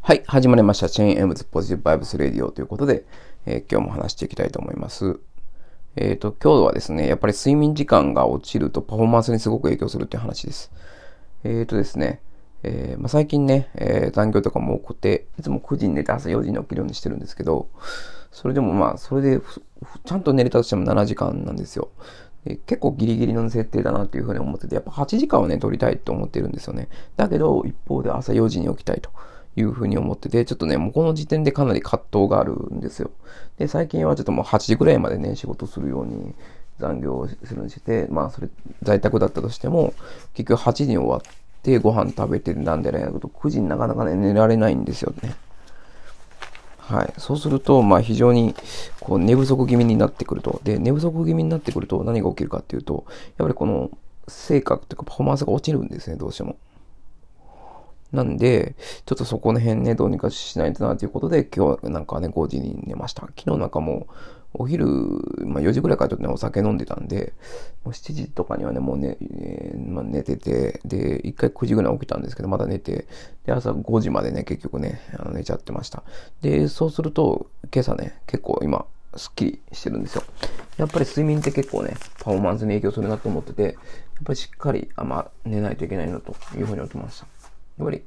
はい、始まりました。チェーンエムズポジティブバイブスレディオということで、今日も話していきたいと思います。今日はですね、やっぱり睡眠時間が落ちるとパフォーマンスにすごく影響するっていう話です。ですね、最近ね、残業とかも多くて、いつも9時に寝て朝4時に起きるようにしてるんですけど、それでもそれでちゃんと寝れたとしても7時間なんですよ。結構ギリギリの設定だなっていうふうに思ってて、やっぱ8時間はね、取りたいと思ってるんですよね。だけど、一方で朝4時に起きたいというふうに思ってて、ちょっとね、もうこの時点でかなり葛藤があるんですよ。で、最近はちょっともう8時ぐらいまでね、仕事するように残業するようにして、それ、在宅だったとしても、結局8時に終わってご飯食べてなんでね、9時になかなかね、寝られないんですよね。はい。そうすると、非常に、寝不足気味になってくると。で、寝不足気味になってくると何が起きるかっていうと、やっぱりこの、成果というかパフォーマンスが落ちるんですね、どうしても。なんで、ちょっとそこの辺ね、どうにかしないとなということで、今日なんかね、5時に寝ました。昨日なんかもう、お昼、4時ぐらいからちょっとね、お酒飲んでたんで、もう7時とかにはね、もうね、寝てて、で、一回9時ぐらい起きたんですけど、まだ寝て、で、朝5時までね、結局ね、寝ちゃってました。で、そうすると、今朝ね、結構今、スッキリしてるんですよ。やっぱり睡眠って結構ね、パフォーマンスに影響するなと思ってて、やっぱりしっかり、寝ないといけないなというふうに思ってました。やっぱり、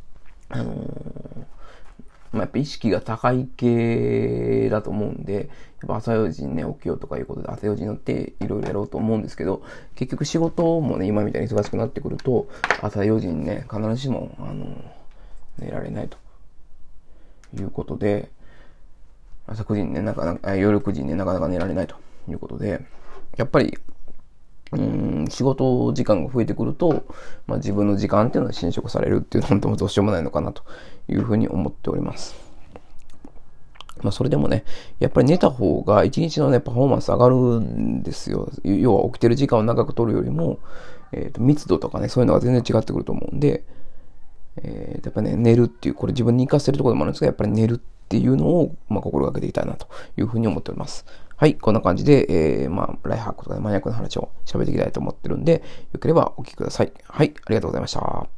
やっぱ意識が高い系だと思うんで、やっぱ朝4時にね、起きようとかいうことで朝4時に乗っていろいろやろうと思うんですけど、結局仕事もね、今みたいに忙しくなってくると、朝4時にね、必ずしも、寝られないということで、朝9時にね、夜9時にね、なかなか寝られないということで、やっぱり、仕事時間が増えてくると、自分の時間っていうのは侵食されるっていうのもどうしようもないのかなというふうに思っております。それでもね、やっぱり寝た方が一日のね、パフォーマンス上がるんですよ。要は起きてる時間を長く取るよりも、密度とかね、そういうのが全然違ってくると思うんで、やっぱね、寝るっていう、これ自分に活かせるところでもあるんですが、やっぱり寝るっていうのを、心がけていきたいなというふうに思っております。はい、こんな感じで、ライフハックとかマニアックな話を喋っていきたいと思ってるんで、よければお聞きください。はい、ありがとうございました。